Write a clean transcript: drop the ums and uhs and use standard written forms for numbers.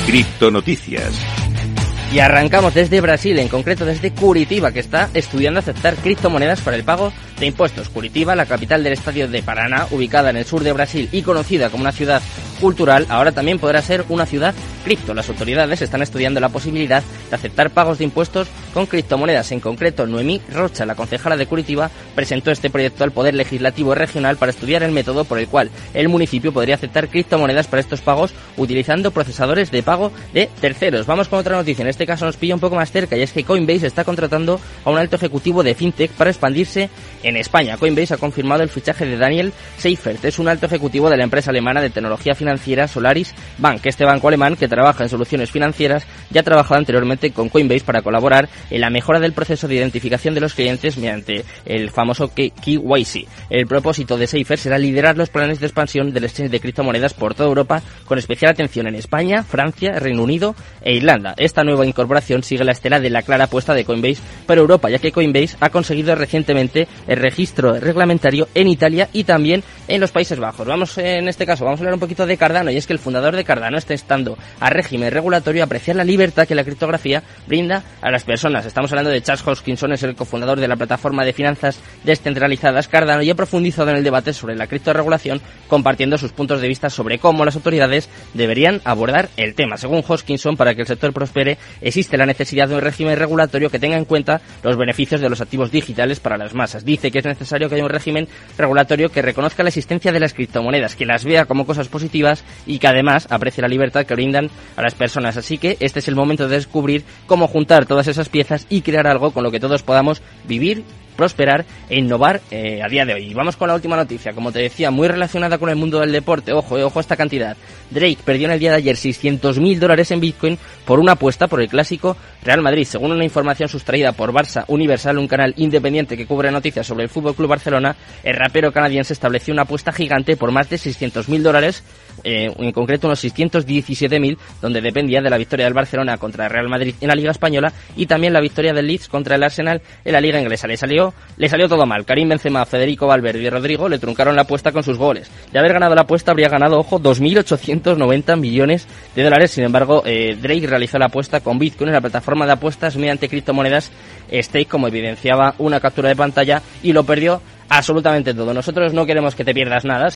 Criptonoticias. Y arrancamos desde Brasil, en concreto desde Curitiba, que está estudiando aceptar criptomonedas para el pago de impuestos. Curitiba, la capital del estado de Paraná, ubicada en el sur de Brasil y conocida como una ciudad cultural, ahora también podrá ser una ciudad cripto. Las autoridades están estudiando la posibilidad de aceptar pagos de impuestos con criptomonedas. En concreto, Noemí Rocha, la concejala de Curitiba, presentó este proyecto al Poder Legislativo Regional para estudiar el método por el cual el municipio podría aceptar criptomonedas para estos pagos utilizando procesadores de pago de terceros. Vamos con otra noticia, en este caso nos pilla un poco más cerca, y es que Coinbase está contratando a un alto ejecutivo de FinTech para expandirse en España. Coinbase ha confirmado el fichaje de Daniel Seifert, es un alto ejecutivo de la empresa alemana de tecnología financiera Solaris Bank. Este banco alemán, que trabaja en soluciones financieras, ya ha trabajado anteriormente con Coinbase para colaborar en la mejora del proceso de identificación de los clientes mediante el famoso KYC. El propósito de Seifert será liderar los planes de expansión del exchange de criptomonedas por toda Europa, con especial atención en España, Francia, Reino Unido e Irlanda. Esta nueva incorporación sigue la estela de la clara apuesta de Coinbase para Europa, ya que Coinbase ha conseguido recientemente el registro reglamentario en Italia y también en los Países Bajos. En este caso vamos a hablar un poquito de Cardano, y es que el fundador de Cardano está instando al régimen regulatorio a apreciar la libertad que la criptografía brinda a las personas. Estamos hablando de Charles Hoskinson, es el cofundador de la plataforma de finanzas descentralizadas Cardano, y ha profundizado en el debate sobre la criptorregulación, compartiendo sus puntos de vista sobre cómo las autoridades deberían abordar el tema. Según Hoskinson, para que el sector prospere existe la necesidad de un régimen regulatorio que tenga en cuenta los beneficios de los activos digitales para las masas. Dice que es necesario que haya un régimen regulatorio que reconozca la existencia de las criptomonedas, que las vea como cosas positivas y que además aprecie la libertad que brindan a las personas. Así que este es el momento de descubrir cómo juntar todas esas piezas y crear algo con lo que todos podamos vivir, prosperar e innovar a día de hoy. Y vamos con la última noticia, como te decía, muy relacionada con el mundo del deporte. Ojo a esta cantidad. Drake perdió en el día de ayer $600.000 en Bitcoin por una apuesta por el clásico Real Madrid. Según una información sustraída por Barça Universal, un canal independiente que cubre noticias sobre el FC Barcelona, el rapero canadiense estableció una apuesta gigante por más de $600.000, en concreto unos 617.000, donde dependía de la victoria del Barcelona contra el Real Madrid en la Liga Española y también la victoria del Leeds contra el Arsenal en la Liga Inglesa. Le salió todo mal. Karim Benzema, Federico Valverde y Rodrigo le truncaron la apuesta con sus goles. De haber ganado la apuesta habría ganado, ojo, $2.890 millones. Sin embargo, Drake realizó la apuesta con Bitcoin en la plataforma de apuestas mediante criptomonedas Stake, como evidenciaba una captura de pantalla, y lo perdió absolutamente todo. Nosotros no queremos que te pierdas nada.